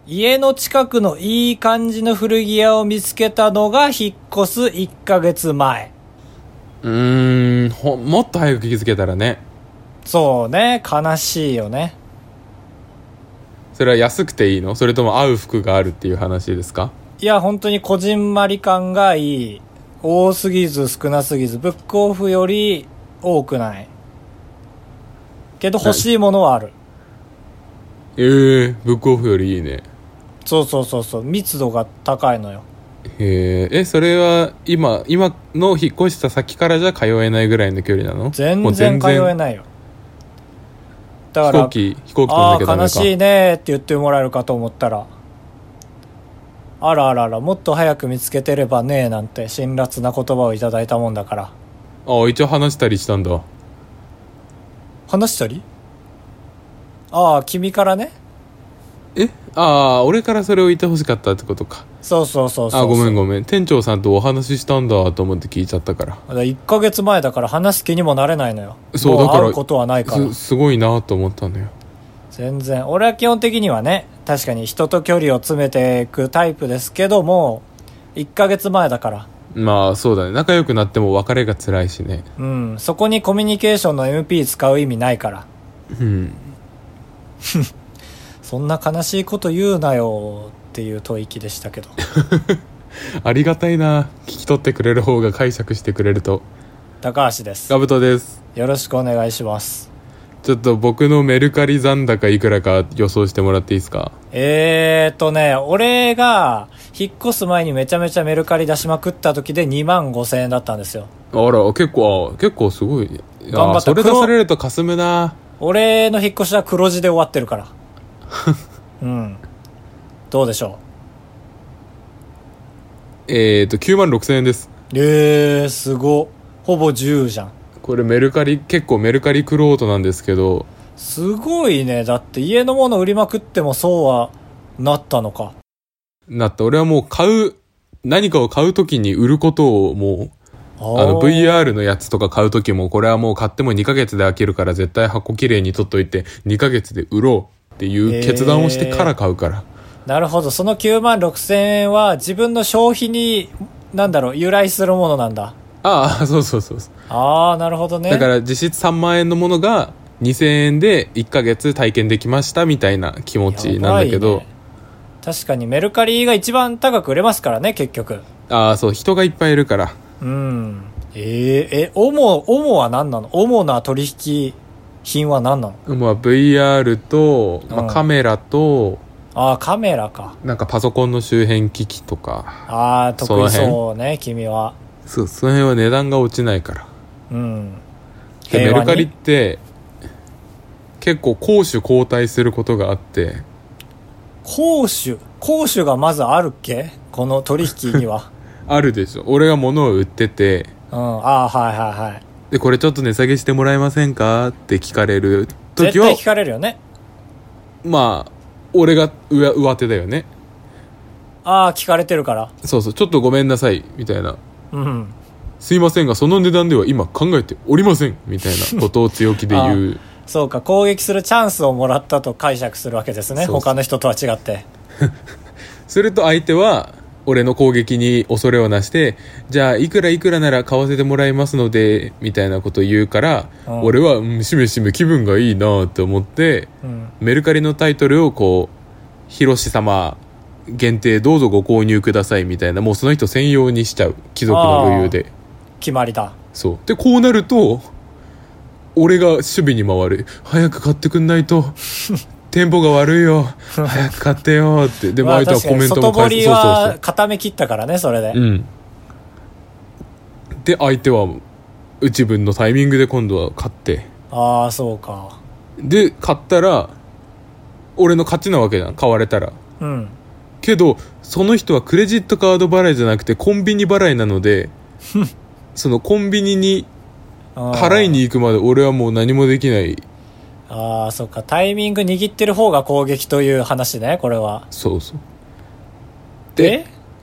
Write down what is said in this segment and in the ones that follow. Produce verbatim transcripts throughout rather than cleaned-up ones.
家の近くのいい感じの古着屋を見つけたのが引っ越すいっかげつまえ。 うーんほもっと早く気づけたらね。 そうね、悲しいよね。 それは安くていいの？それとも合う服があるっていう話ですか？ いや本当にこじんまり感がいい。多すぎず少なすぎず、ブックオフより多くないけど欲しいものはある。 えー、ブックオフよりいいね。 そうそうそうそう、密度が高いのよ。 へえ、え、それは今今の引っ越した先からじゃ通えないぐらいの距離なの？ 全然通えないよ。だから飛行機飛行機飛んなきゃダメか。 ああ悲しいねって言ってもらえるかと思ったら、あらあらあら、もっと早く見つけてればねえなんて辛辣な言葉をいただいたもんだから。 ああ、一応話したりしたんだ。 話したり？ああ君からね。 え、ああ、俺からそれを言ってほしかったってことか。 そうそうそうそう。 あ、ごめんごめん、店長さんとお話ししたんだと思って聞いちゃったから。 いっかげつまえだから話す気にもなれないのよ。 そうだからもう会うことはないから。 す, すごいなと思ったのよ。 全然俺は基本的にはね、確かに人と距離を詰めていくタイプですけども、いっかげつまえだから。 まあそうだね、仲良くなっても別れが辛いしね。 うん、そこにコミュニケーションの エムピー 使う意味ないから。 うんそんな悲しいこと言うなよっていう吐息でしたけどありがたいな、聞き取ってくれる方が解釈してくれると。 高橋です。 ガブトです。 よろしくお願いします。 ちょっと僕のメルカリ残高いくらか予想してもらっていいですか？ えーっとね俺が引っ越す前にめちゃめちゃメルカリ出しまくった時でにまんごせんえんだったんですよ。 あら結構、あ結構すごい。 頑張った。 それ出されるとかすむな。 俺の引っ越しは黒字で終わってるからうんどうでしょう。えーときゅうまんろくせんえんです。 えーすご、ほぼじゅうじゃん。 これメルカリ、結構メルカリクロートなんですけど。 すごいね。だって家のもの売りまくってもそうはなったのか。 なった。俺はもう買う、何かを買うときに売ることをもう、あの ブイアール のやつとか買うときも、これはもう買ってもにかげつで開けるから絶対箱きれいに取っといてにかげつで売ろうっていう決断をしてから買うから。 なるほど。そのきゅうまんろくせんえんは自分の消費になんだろう由来するものなんだ。 ああ、そうそうそう。 ああ、なるほどね。 だから実質さんまんえんのものがにせんえんでいっかげつ体験できましたみたいな気持ちなんだけど、 ね、確かにメルカリが一番高く売れますからね結局。 ああそう、人がいっぱいいるから。 うん。えー、え主主は何なの？主な取引品は何なの？ まあ ブイアール と、まあ、カメラと、 うん、ああカメラか。 なんかパソコンの周辺機器とか。 ああ得意そうね君は。 そう、その辺は値段が落ちないから。 うん。 でメルカリって結構攻守交代することがあって。 攻守攻守がまずあるっけこの取引には。 あるでしょ。俺が物を売ってて、 うん、ああはいはいはい。 でこれちょっと値下げしてもらえませんかって聞かれる時は絶対聞かれるよね。 まあ俺が 上, 上手だよね。 ああ聞かれてるから。 そうそう、ちょっとごめんなさいみたいな。 うん。 すいませんがその値段では今考えておりませんみたいなことを強気で言う。 そうか、攻撃するチャンスをもらったと解釈するわけですね。そうそう、他の人とは違ってすると相手は俺の攻撃に恐れをなして、じゃあいくらいくらなら買わせてもらいますのでみたいなことを言うから、うん、俺は、うん、しめしめ気分がいいなと思って、うん、メルカリのタイトルをこうひろし様限定どうぞご購入くださいみたいな、もうその人専用にしちゃう、貴族の余裕で。 決まりだ。 そうでこうなると俺が守備に回る。早く買ってくんないとテンポが悪いよ早く買ってよって。でも相手はコメントも返す。 外堀は固め切ったからねそれで。 うんで相手は内分のタイミングで今度は買って。 ああそうか。 で買ったら俺の勝ちなわけじゃん、買われたら。 うんけどその人はクレジットカード払いじゃなくてコンビニ払いなのでそのコンビニに払いに行くまで俺はもう何もできない。 ああそっか、タイミング握ってる方が攻撃という話ねこれは。 そうそう。 で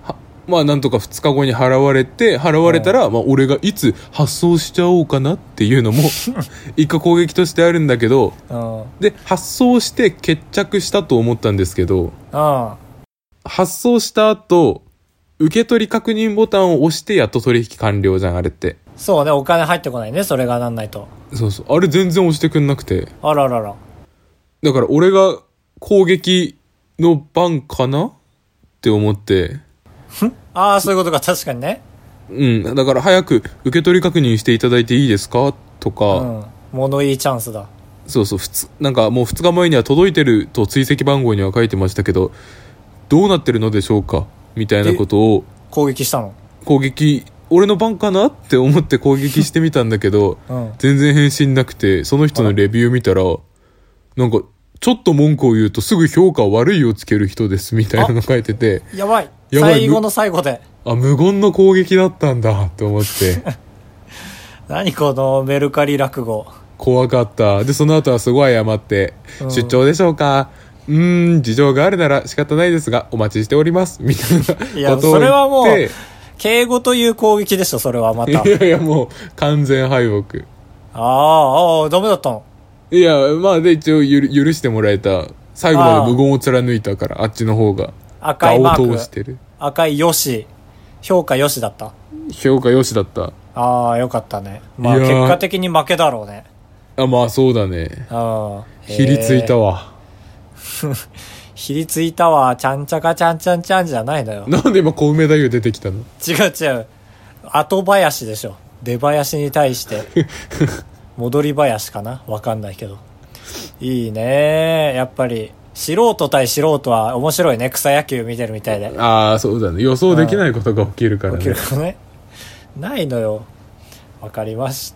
まあなんとかふつかごに払われて払われたら、まあ、俺がいつ発送しちゃおうかなっていうのも一個攻撃としてあるんだけど、で発送して決着したと思ったんですけど、発送した後受け取り確認ボタンを押してやっと取引完了じゃん、あれって。 そうね、お金入ってこないね、それがなんないと。 そうそう、あれ全然押してくんなくて。 あららら。 だから俺が攻撃の番かなって思ってああ、そういうことか。確かにね。 うん、だから早く受け取り確認していただいていいですかとか、うん、 物いいチャンスだ。 そうそう、ふつなんかもうふつかまえには届いてると追跡番号には書いてましたけど、どうなってるのでしょうかみたいなことを攻撃したの。 攻撃、俺の番かなって思って攻撃してみたんだけど、うん、全然返信なくて、その人のレビュー見たらなんかちょっと文句を言うとすぐ評価悪いをつける人ですみたいなの書いてて、 やばい、やばい、最後の最後で、 あ、無言の攻撃だったんだって思って何このメルカリ落語、 怖かった。でその後はすごい謝って、うん、出張でしょうか、うーん、事情があるなら仕方ないですがお待ちしておりますみたいなことを言って。いや、それはもう敬語という攻撃でしょ、それはまた。 いやいや、もう完全敗北。 ああ、ああ、ダメだったの。 いや、まあで一応ゆる許してもらえた。最後まで無言を貫いたから、あっちの方が赤いマーク、 通してる。 赤いよし、評価よしだった。 評価よしだった。 ああ、よかったね。まあ結果的に負けだろうね。 あ、まあそうだね。ああ、ひりついたわ。 ひりついたわ、ちゃんちゃかちゃんちゃんちゃんじゃないのよ。 なんで今小梅太夫出てきたの？ 違う違う、後林でしょ。出林に対して戻り林かな、わかんないけど。いいね、やっぱり素人対素人は面白いね。草野球見てるみたいで。 ああ、そうだね、予想できないことが起きるからね。 起きるからね。ないのよ。わかりました。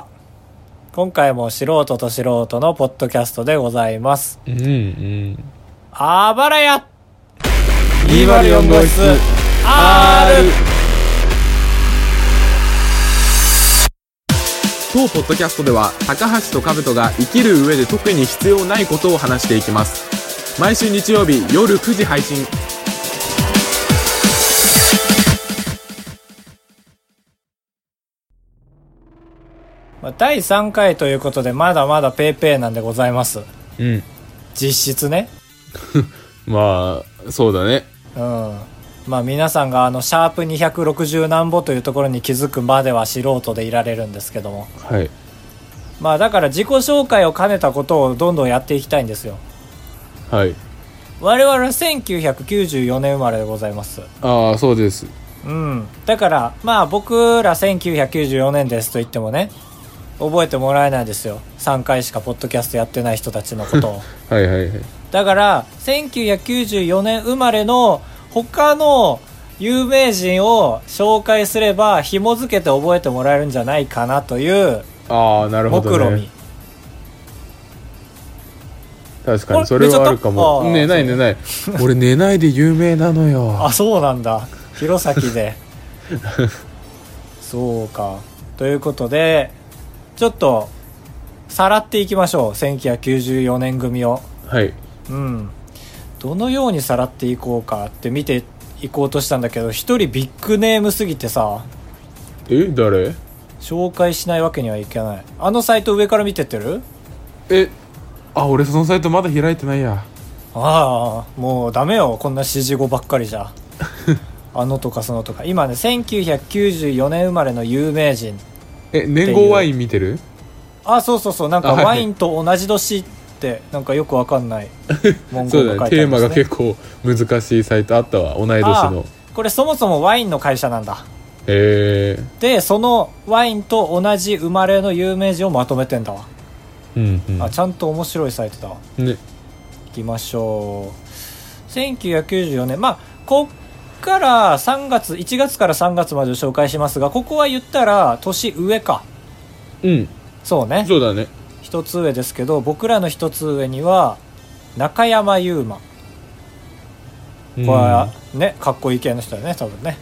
今回も素人と素人のポッドキャストでございます。 うんうん。 あばらやにまるよん号室 R。 当ポッドキャストでは高橋と兜が生きる上で特に必要ないことを話していきます。毎週日曜日夜くじ配信。 だいさんかいということでまだまだペーペーなんでございます。 うん、 実質ね。 まあそうだね。 うん。まあ皆さんがあのシャープにひゃくろくじゅう何歩というところに気づくまでは素人でいられるんですけども、 はい。 まあだから自己紹介を兼ねたことをどんどんやっていきたいんですよ。 はい。 我々はせんきゅうひゃくきゅうじゅうよねん生まれでございます。 ああ、そうです。 うん。だからまあ僕らせんきゅうひゃくきゅうじゅうよねんですと言ってもね、覚えてもらえないですよ。さんかいしかポッドキャストやってない人たちのことを。 はいはいはい。 だからせんきゅうひゃくきゅうじゅうよねん生まれの他の有名人を紹介すれば紐付けて覚えてもらえるんじゃないかなというああ、なるほどね、目論み。確かにそれはあるかも。寝ない寝ない。俺寝ないで有名なのよ。 あ、そうなんだ。弘前で。そうか。ということでちょっとさらっていきましょう。せんきゅうひゃくきゅうじゅうよねん組を。 はい。 うん。どのようにさらっていこうかって見ていこうとしたんだけど、一人ビッグネームすぎてさ。 え、誰？ 紹介しないわけにはいけない。あのサイト上から見てってる？ え、あ、俺そのサイトまだ開いてないや。 ああ、もうダメよ、こんな指示語ばっかりじゃ。あのとかそのとか。今ね、せんきゅうひゃくきゅうじゅうよねん生まれの有名人。 え、年号ワイン見てる？ あ、そうそうそう、なんかワインと同じ年ってなんかよくわかんない文言が書いてあるんですね。そうだね、 テーマが結構難しいサイトあったわ、同い年の。 これそもそもワインの会社なんだ。 へえ。 でそのワインと同じ生まれの有名人をまとめてんだわ。 うんうん、 あ、ちゃんと面白いサイトだわ。 ね。 いきましょう。せんきゅうひゃくきゅうじゅうよねん、まあこっからさんがつ、いちがつからさんがつまでを紹介しますが、ここは言ったら年上か。 うん、 そうね。 そうだね。 一つ上ですけど、僕らの一つ上には中山優馬。これはね、かっこいい系の人だね、多分ね。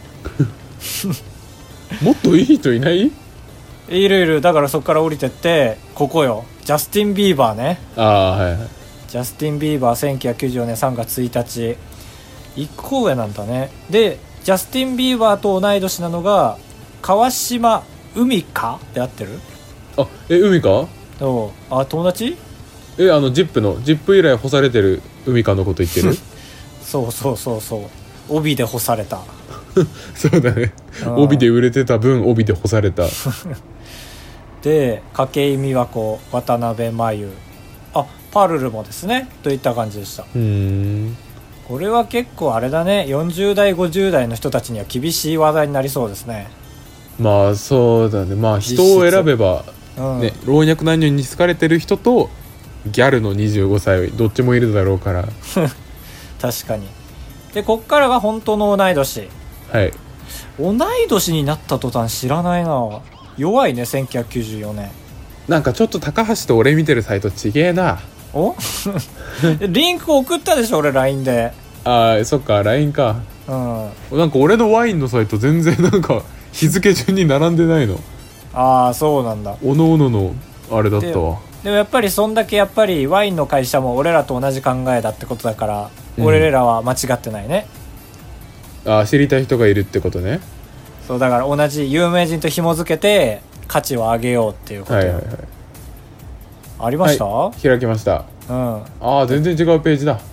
もっといい人いない？ いるいる。だからそこから降りてってここよ。ジャスティン・ビーバーね。 ああ、はいはい。 ジャスティン・ビーバーせんきゅうひゃくきゅうじゅうよねんさんがつついたち、いっこ上なんだね。でジャスティン・ビーバーと同い年なのが川島海香って合ってる？ あ、え、海か？ おう、あ、友達？ え、あのジップのジップ以来干されてる海かのこと言ってる？ そうそうそうそう、帯で干されたそうだね、 うん、 帯で売れてた分帯で干されたで筧美和子、渡辺真由、あ、パルルもですね、といった感じでした。 うーん、 これは結構あれだね、よんじゅう代ごじゅう代の人たちには厳しい話題になりそうですね。 まあそうだね、まあ人を選べば、 うんね、老若男女に好かれてる人とギャルのにじゅうごさいどっちもいるだろうから確かに。でこっからが本当の同い年。 はい。 同い年になった途端知らないな。弱いね、せんきゅうひゃくきゅうじゅうよねん。 なんかちょっと高橋と俺見てるサイトちげえな。 おリンク送ったでしょ俺 ライン で。 ああ、そっか ライン か。 うん。 なんか俺のワインのサイト全然なんか日付順に並んでないの。 ああ、そうなんだ。 おのおののあれだったわ。 でもやっぱりそんだけやっぱりワインの会社も俺らと同じ考えだってことだから、うん、俺らは間違ってないね。 ああ、知りたい人がいるってことね。 そうだから、同じ有名人と紐付けて価値を上げようっていうこと。はいはいはい。ありました、 はい、開きました。うん。ああ、全然違うページだ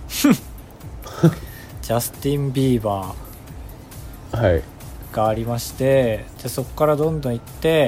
ジャスティン・ビーバーはいがありまして、でそこからどんどん行って、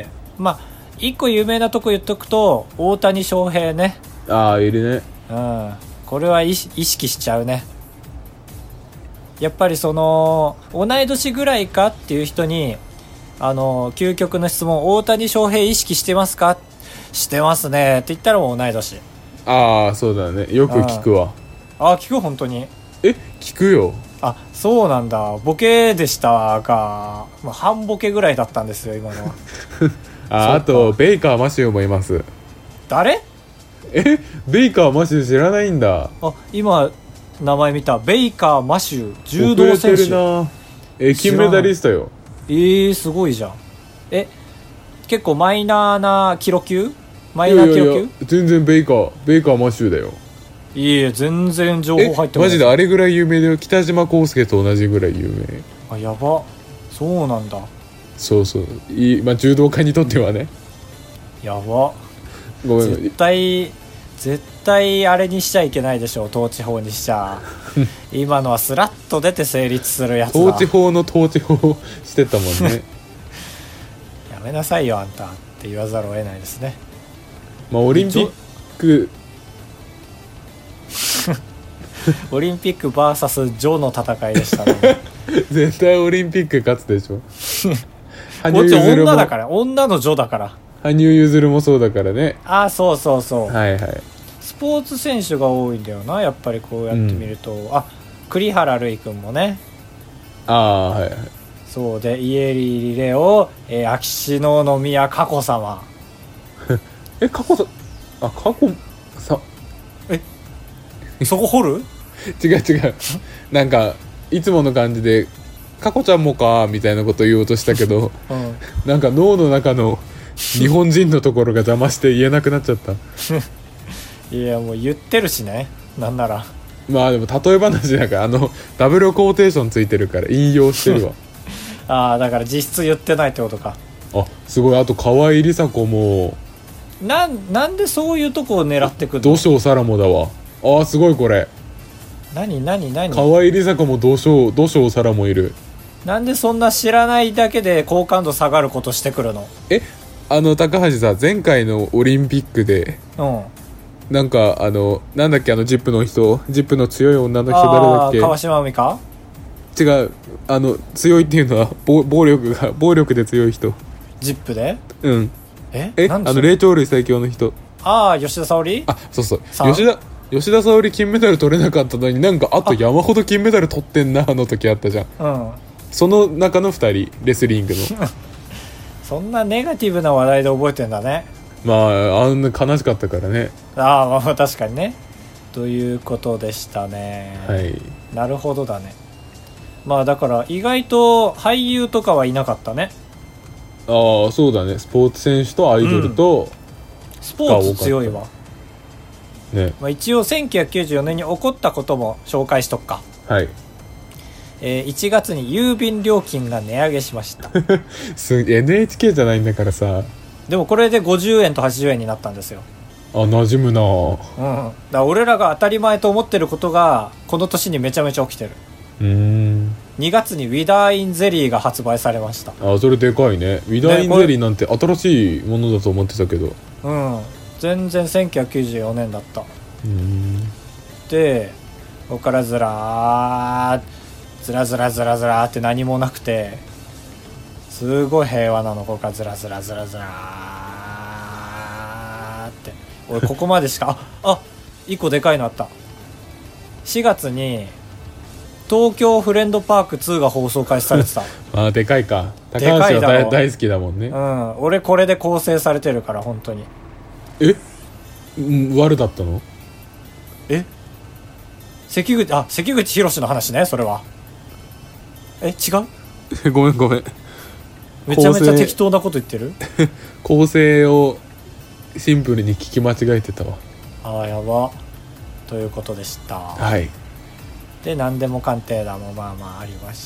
まあ一個有名なとこ言っとくと大谷翔平ね。 ああ、いるね。 うん、これは意識しちゃうね。やっぱりその同い年ぐらいかっていう人に、あの究極の質問、大谷翔平意識してますか？してますねって言ったらもう同い年。 ああ、そうだね、よく聞くわ。 ああ、聞く？本当に？ え、聞くよ。 あ、そうなんだ。ボケでしたが、まあ、半ボケぐらいだったんですよ今のはあ, あとベイカーマシューもいます。 誰？ え、ベイカーマシュー知らないんだ。 あ、今名前見た。ベイカーマシュー、柔道選手。遅れてるな。 え、金メダリストよ。 えー、すごいじゃん。え、結構マイナーなキロ級？マイナーキロ級？いやいやいや、 全然ベイカーベイカーマシューだよ。 いえいえ、全然情報入ってこない。 マジであれぐらい有名だよ。北島康介と同じぐらい有名。あ、やば。そうなんだ。 そうそう、いい、まあ、柔道家にとってはね。 やば。 ごめん、 絶対絶対あれにしちゃいけないでしょ、統治法にしちゃ今のはスラッと出て成立するやつだ。 統治法の統治法してたもんねやめなさいよあんたって言わざるを得ないですね。 まあオリンピックオリンピック ブイエス ジョの戦いでしたね絶対オリンピック勝つでしょ羽生結弦も女だから、女のジョだから。 羽生結弦もそうだからね。 ああ、そうそうそう。 はいはい。 スポーツ選手が多いんだよな、やっぱりこうやってみると、うん、あ、栗原瑠衣君もね。 ああ、はいはい。 そうで、家入リレを、えー、秋篠宮佳子さまえ、佳子さ、あ、佳子さ、 え、そこ掘る違う違うなんかいつもの感じで佳子ちゃんもかみたいなこと言おうとしたけど、うん、なんか脳の中の日本人のところが邪魔して言えなくなっちゃったいや、もう言ってるしね、なんなら。 まあでも例え話だから、あのダブルコーテーションついてるから引用してるわああ、だから実質言ってないってことか。 あ、すごい。あと河合梨紗子もな ん, なんでそういうとこを狙ってくるの？ 土性サラモだわ。ああ、すごい。これ何何何？ 河合梨紗子も土性土性サラモいる。 なんでそんな知らないだけで好感度下がることしてくるの？ え、あの高橋さ、前回のオリンピックで、うん、なんかあのなんだっけ、あのジップの人、ジップの強い女の人誰だっけ？ 川島海か？ 違う、あの強いっていうのは 暴, 暴力が暴力で強い人。 ジップで？ うん。 ええ、あの霊長類最強の人。 ああ、吉田沙保里？ あ、そうそう、吉田吉田沙保里金メダル取れなかったのに、なんかあと山ほど金メダル取ってんな、あの時あったじゃん。うん。その中のふたり、レスリングのそんなネガティブな話題で覚えてんだね。 まあ、あんな悲しかったからね。 ああ、まあ確かにね。ということでしたね。 はい。 なるほどだね。まあだから意外と俳優とかはいなかったね。 ああ、そうだね。スポーツ選手とアイドルと、うん、 スポーツ強いわね。 まあ、一応せんきゅうひゃくきゅうじゅうよねんに起こったことも紹介しとくか。 はい。 えー、いちがつに郵便料金が値上げしましたす エヌエイチケー じゃないんだからさ。 でもこれでごじゅうえんとはちじゅうえんになったんですよ。 あ、馴染むな。 うん、だから俺らが当たり前と思ってることがこの年にめちゃめちゃ起きてる。 うーん。 にがつにウィダーインゼリーが発売されました。 あ、それでかいね。ウィダーインゼリーなんて新しいものだと思ってたけど。 うん、全然せんきゅうひゃくきゅうじゅうよねんだった。 うーん。 でここからずらーずらずらずらずらって何もなくてすごい平和なの。ここからずらずらずらずらーって俺ここまでしかああいっこでかいのあった。しがつに東京フレンドパークツーが放送開始されてたあ、でかいか。高でかい橋だろは大大好きだもんね。 うん俺これで構成されてるから本当に。 え、うん、悪だったの？ え関口あ関口宏の話ねそれは。え違うごめんごめん。 めちゃめちゃ適当なこと言ってる構成をシンプルに聞き間違えてたわ。 ああやばということでした。 はい。 で何でも鑑定団もまあまあありまして、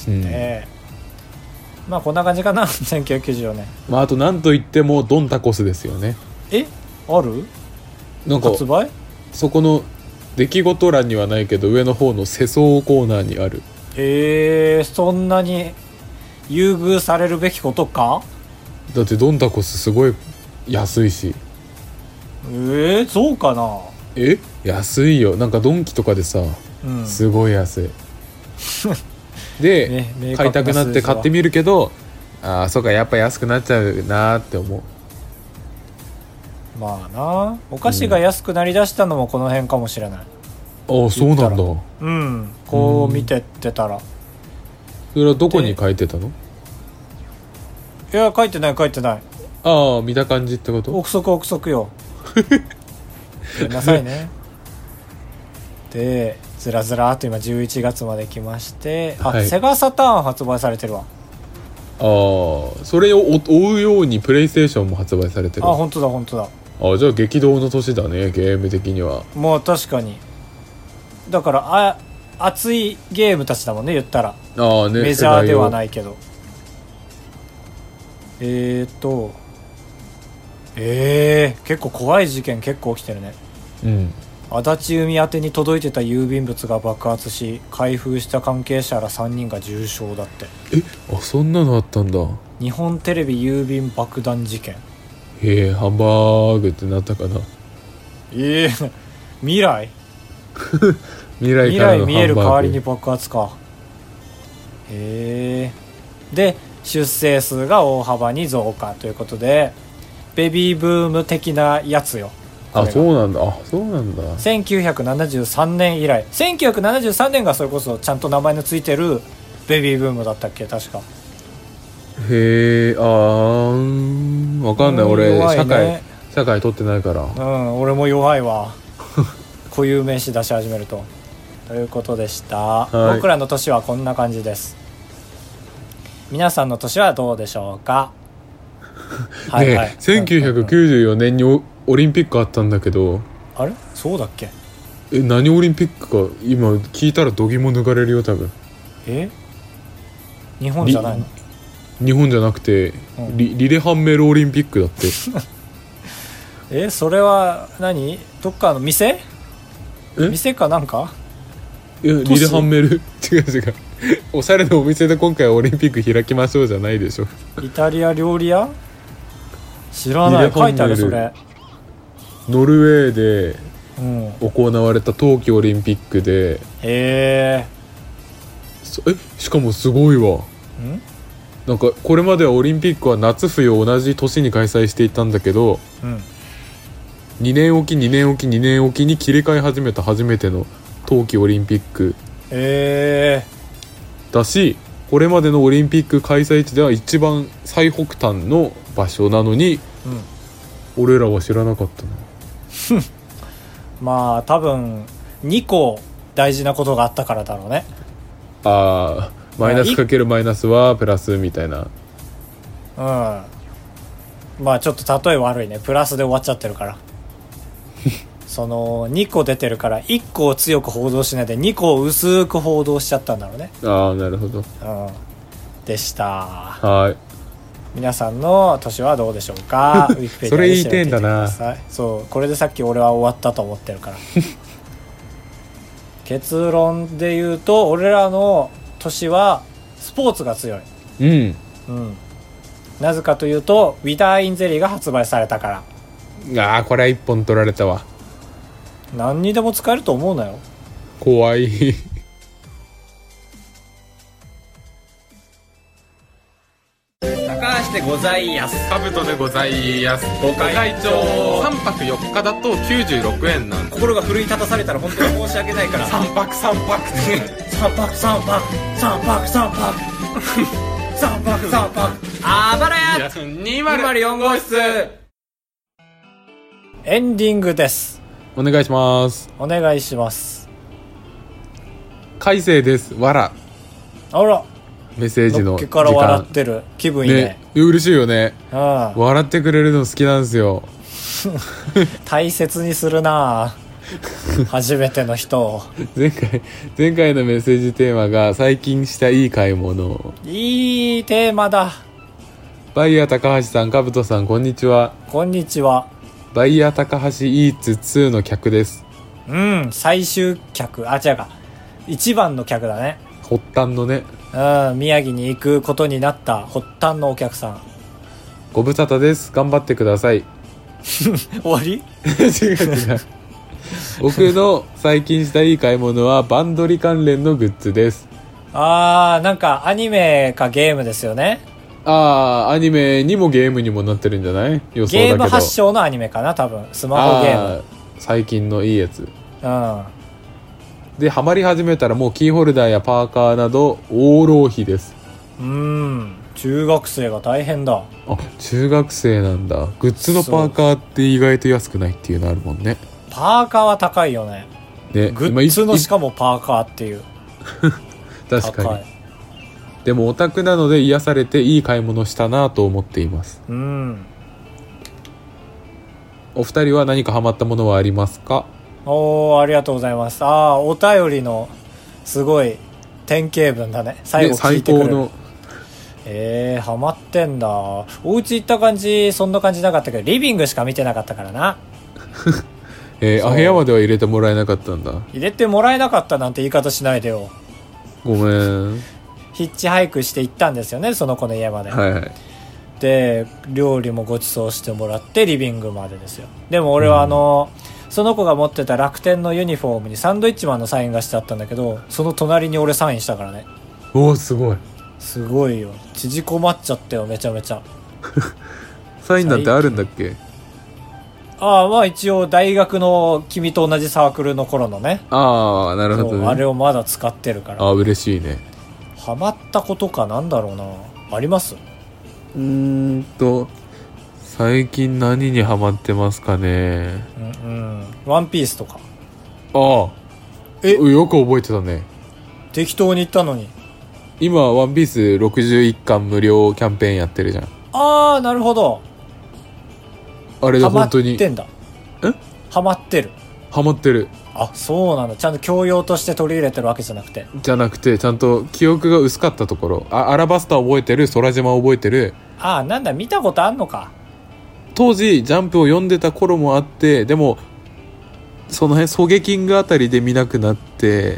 うん、まあこんな感じかなせんきゅうひゃくきゅうじゅうよねん。 まああとなんといってもドンタコスですよね。 えあるなんか発売そこの出来事欄にはないけど上の方の世相コーナーにある。 えー、そんなに優遇されるべきことか。 だってドンタコスすごい安いし。 えー、そうかな。 え安いよ。なんかドンキとかでさ、うん、すごい安いで、ね、買いたくなって買ってみるけど、ああそうかやっぱ安くなっちゃうなって思う。 まあなお菓子が安くなりだしたのもこの辺かもしれない、 うん、ああそうなんだ。 うんこう見てってたら。 それはどこに書いてたの？ いや書いてない書いてない。 ああ見た感じってこと？ 憶測憶測よごめんなさいねでずらずらっと今じゅういちがつまで来まして、あ、はい、セガサターン発売されてるわ。 ああそれを追うようにプレイステーションも発売されてる。 あ本当だ本当だ。 あじゃあ激動の年だねゲーム的には。 まあ確かにだからあ熱いゲームたちだもんね言ったら。 ああねメジャーではないけどえーとえー、結構怖い事件結構起きてるね。 うん足立海宛てに届いてた郵便物が爆発し開封した関係者らさんにんが重傷だって。 えあそんなのあったんだ。 日本テレビ郵便爆弾事件。 へえハンバーグってなったかな。 ええー、未来未来からのハンバーグ。未来見える代わりに爆発か。へえ。で出生数が大幅に増加ということでベビーブーム的なやつよ。 あそうなんだ。あそうなんだ。 せんきゅうひゃくななじゅうさんねん以来せんきゅうひゃくななじゅうさんねんがそれこそちゃんと名前のついてるベビーブームだったっけ確か。 へえあー分かんない、うん、俺、ね、社会社会取ってないから。 うん俺も弱いわ固有名詞出し始めると。ということでした、はい、僕らの年はこんな感じです。皆さんの年はどうでしょうかはい、はい、 ねえせんきゅうひゃくきゅうじゅうよねんに オ, オリンピックあったんだけど。 あれそうだっけ。 え何オリンピックか今聞いたら度肝抜かれるよ多分。 え日本じゃないの？ 日本じゃなくて、うん、リ, リレハンメルオリンピックだってえそれは何どっかの店店かなんか。 いやリレハンメル違う違うおしゃれなお店で今回はオリンピック開きましょうじゃないでしょ。 イタリア料理屋知らない。書いてあるそれ。 ノルウェーで行われた冬季オリンピックで、うん、へええしかもすごいわ。んなんかこれまではオリンピックは夏冬同じ年に開催していたんだけど、うん、にねんおきにねんおきにねんおきに切り替え始めた初めての冬季オリンピックへえだし、これまでのオリンピック開催地では一番最北端の場所なのに、うん、俺らは知らなかったなまあ多分にこ大事なことがあったからだろうね。 ああマイナスかけるマイナスはプラスみたいな。 うんまあちょっと例え悪いね。プラスで終わっちゃってるからそのにこ出てるからいっこを強く報道しないでにこを薄く報道しちゃったんだろうね。 ああなるほど、 うん、でした。 はい。 皆さんの年はどうでしょうか。ウィキペディアそれ言いてんだな。 そうこれでさっき俺は終わったと思ってるから結論で言うと俺らの年はスポーツが強い。 うん、 うん、なぜかというとウィダーインゼリーが発売されたから。 ああこれは一本取られたわ。 何にでも使えると思うなよ。 怖い高橋でございやす。 カブトでございやす。ご会長さんぱくよっかだときゅうじゅうろくえんなんで。 心が奮い立たされたら本当に申し訳ないからさんぱくさんぱくさんぱくさんぱくさんぱくさんぱくさんぱくさんぱくあばらやにまるよん号室。エンディングです。 お願いします。 お願いします。 快晴です。わら。 あらメッセージののっけから笑ってる気分いい ね, ね嬉しいよね。 うん、 笑ってくれるの好きなんですよ大切にするな初めての人を。 前回前回のメッセージテーマが最近したいい買い物。 いいテーマだ。 バイヤー高橋さん、カブトさん、こんにちは。 こんにちは。 バイヤー高橋イーツツーの客です。 うん最終客。あ違うか一番の客だね。 発端のね。 うん、宮城に行くことになった発端のお客さん。 ご無沙汰です。頑張ってください終わり違う違う僕の最近したいい買い物はバンドリ関連のグッズです。 あーなんかアニメかゲームですよね。 あーアニメにもゲームにもなってるんじゃない？予想だけどゲーム発祥のアニメかな多分。スマホゲーム。 最近のいいやつ。 うんでハマり始めたらもうキーホルダーやパーカーなど大浪費です。 うーん中学生が大変だ。 あ中学生なんだ。グッズのパーカーって意外と安くないっていうのあるもんね。 パーカーは高いよね。 ねグッズのしかもパーカーっていう確かに。でもオタクなので癒されていい買い物したなと思っています。 うんお二人は何かハマったものはありますか？ おーありがとうございます。ああお便りのすごい典型文だね。最後聞いてくれる、ね、最高の。えー、ハマってんだ。お家行った感じそんな感じなかったけどリビングしか見てなかったからなえー、あ部屋までは入れてもらえなかったんだ。 入れてもらえなかったなんて言い方しないでよ。 ごめん。 ヒッチハイクして行ったんですよねその子の家まで。 はいはいで料理もご馳走してもらってリビングまでですよ。でも俺はあの、うん、その子が持ってた楽天のユニフォームにサンドイッチマンのサインがしてあったんだけどその隣に俺サインしたからね。 おーすごいすごいよ。縮こまっちゃったよめちゃめちゃサインなんてあるんだっけ？ ああまあ一応大学の君と同じサークルの頃のね。 ああなるほどね。 あれをまだ使ってるから。 ああ嬉しいね。 ハマったことかなんだろうなあります？ うーんと最近何にハマってますかね。 うんうんワンピースとか。 ああえよく覚えてたね。 適当に言ったのに。 今ワンピースろくじゅういっかん無料キャンペーンやってるじゃん。 ああなるほど。 あれで本当にハマってんだ。 えハマってる。 ハマってる。 あそうなんだ。ちゃんと教養として取り入れてるわけじゃなくてじゃなくてちゃんと記憶が薄かったところ。あアラバスタ覚えてる。空島覚えてる。 ああなんだ見たことあんのか。 当時ジャンプを読んでた頃もあってでもその辺ソゲキングあたりで見なくなって。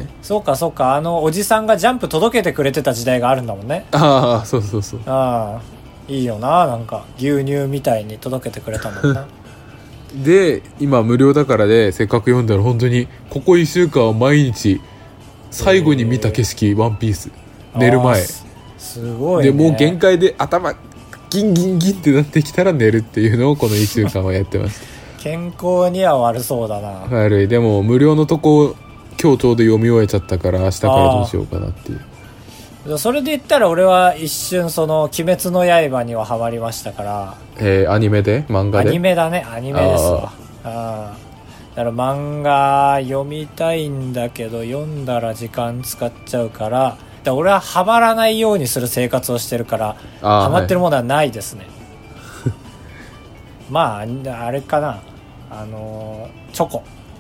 そうかそうかあのおじさんがジャンプ届けてくれてた時代があるんだもんね。 ああそうそうそう。 ああいいよななんか牛乳みたいに届けてくれたもんなで今無料だからでせっかく読んだら本当にここいっしゅうかんは毎日最後に見た景色、えー、ワンピース寝る前す, すごいね。 でもう限界で頭ギンギンギンってなってきたら寝るっていうのをこのいっしゅうかんはやってます健康には悪そうだな。 悪い。でも無料のとこ今日ちょうど読み終えちゃったから明日からどうしようかなっていう。 それで言ったら俺は一瞬その鬼滅の刃にはハマりましたから。 えー、アニメで漫画でアニメだねアニメですわ。ああだから漫画読みたいんだけど読んだら時間使っちゃうからだから俺はハマらないようにする生活をしてるからハマってるものはないですね、はい、まああれかなあのチョコ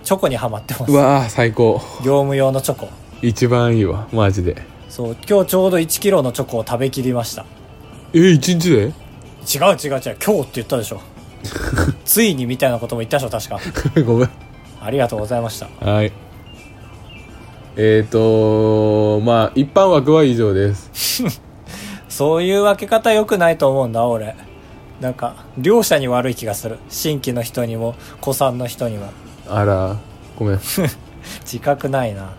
チョコにハマってます。 うわー最高。 業務用のチョコ。 一番いいわマジで。 そう今日ちょうどいちキロのチョコを食べきりました。 え一日で？ 違う違う違う今日って言ったでしょついにみたいなことも言ったでしょ確かごめん。 ありがとうございました。 はい。えーとまあ一般枠は以上ですそういう分け方良くないと思うんだ俺。なんか両者に悪い気がする。新規の人にも古参の人にも。 あらごめん自覚ないな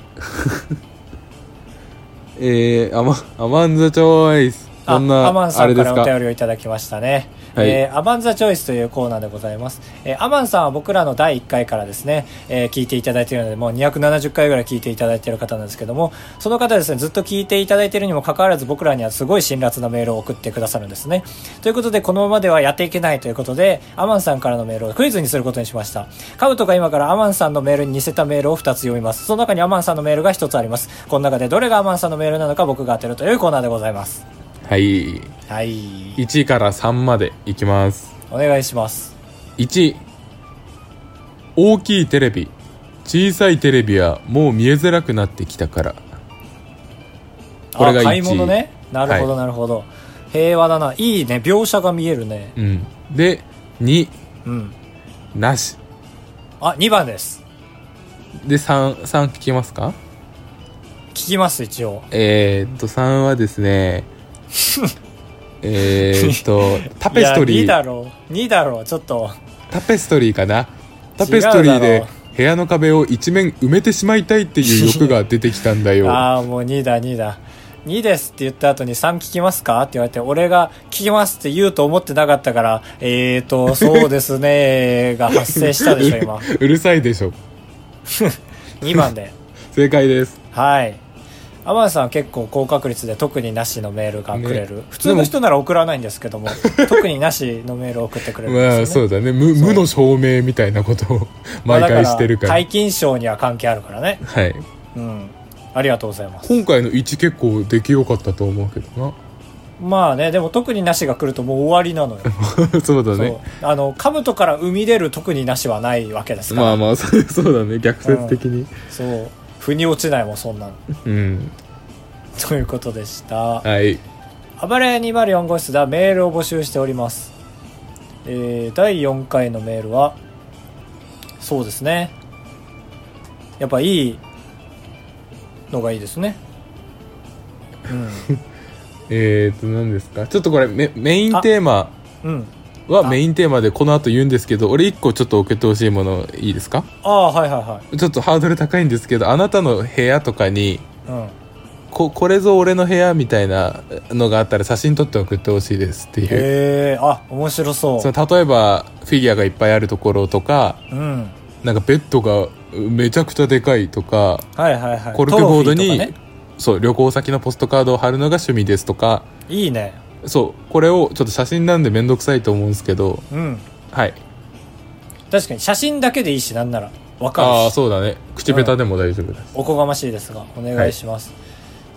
えー、アマアマンザチョイス。 あ、 こんなアマンさあれですか。 んからお便りをいただきましたね。 はいえー、アマンザチョイスというコーナーでございます。えー、アマンさんは僕らのだいいっかいからですね、えー、聞いていただいているので、もうにひゃくななじゅっかいぐらい聞いていただいている方なんですけども、その方ですね、ずっと聞いていただいているにもかかわらず僕らにはすごい辛辣なメールを送ってくださるんですね。ということで、このままではやっていけないということで、アマンさんからのメールをクイズにすることにしました。カブトが今からアマンさんのメールに似せたメールをふたつ読みます。その中にアマンさんのメールがひとつあります。この中でどれがアマンさんのメールなのか僕が当てるというコーナーでございます。 はい。 はい。 いちいからさんまでいきます。 お願いします。 いち、大きいテレビ、小さいテレビはもう見えづらくなってきたから。これがいちい。 あ、買い物ね。なるほどなるほど、はい、平和だな。いいね、描写が見えるね。 うん。でに、 うん、 なし。 あ、にばんです。 でさん、さん聞きますか？ 聞きます一応。 えー、っとさんはですねえーっとタペストリー。 いやにだろうにだろうちょっとタペストリーかな。タペストリーで部屋の壁を一面埋めてしまいたいっていう欲が出てきたんだよああもうにだにだにですって言った後にさん聞きますかって言われて、俺が聞きますって言うと思ってなかったから、えーとそうですねが発生したでしょ今うるさいでしょにばんで正解です。 はい。アマンさんは結構高確率で特になしのメールがくれる、ね、普通の人なら送らないんですけども特になしのメールを送ってくれるんですよね。 まあそうだね、 無, 無の証明みたいなことを毎回してるから、 まあ、皆勤賞には関係あるからね。 はい、 うん、ありがとうございます。 今回のいち結構出来良かったと思うけどな。 まあね、でも特になしが来るともう終わりなのよそうだね。 そうあの兜から生み出る特になしはないわけですから。 まあまあそうだね、逆説的に、うん、 そう腑に落ちないもんそんなのうんということでした。 はい。 あばれやにまるよん号室ではメールを募集しております。えー、だいよんかいのメールはそうですね、やっぱいいのがいいですね。うんえーと何ですか、ちょっとこれ メ, メインテーマはメインテーマでこの後言うんですけど、俺いっこちょっと送ってほしいものいいですか？ ああはいはいはい。 ちょっとハードル高いんですけど、あなたの部屋とかに、 うんこ, これぞ俺の部屋みたいなのがあったら写真撮って送ってほしいですっていう。 へー、あ面白そう。 その例えばフィギュアがいっぱいあるところとか、 うん、 なんかベッドがめちゃくちゃでかいとか、 はいはいはい、 コルクボードに、 ね、 そう旅行先のポストカードを貼るのが趣味ですとか。 いいね。 そうこれをちょっと写真なんでめんどくさいと思うんですけど、 うん、 はい確かに写真だけでいいし、なんならわかるし。 ああそうだね、口下手でも大丈夫です、 うん、おこがましいですがお願いします、はい。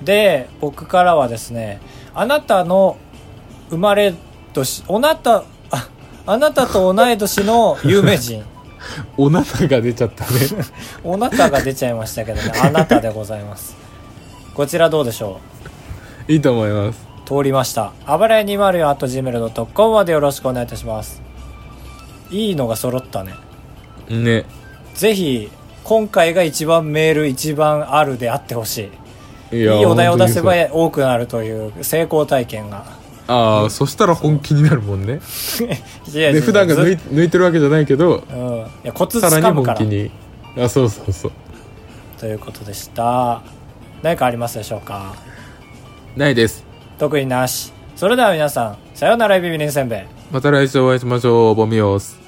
で僕からはですね、あなたの生まれ年、おなた あ, あなたと同い年の有名人おなたが出ちゃったねおなたが出ちゃいましたけどね、あなたでございます。こちらどうでしょう？いいと思います。 通りました。あばらや にまるよん アット ジーメール ドット コム までよろしくお願いいたします。いいのが揃ったね。 ね。 ぜひ今回が一番メール一番あるであってほしい。いいお題を出せば多くなるという成功体験が。 ああ、うん、そしたら本気になるもんね。 いやで普段が抜い、抜いてるわけじゃないけど、 うん、いやコツつかむから。 さらに本気に。あ、そうそうそう。 ということでした。何かありますでしょうか？ ないです。 特になし。それでは皆さん、さようならビビリンせんべい。 また来週お会いしましょう。ボミオス。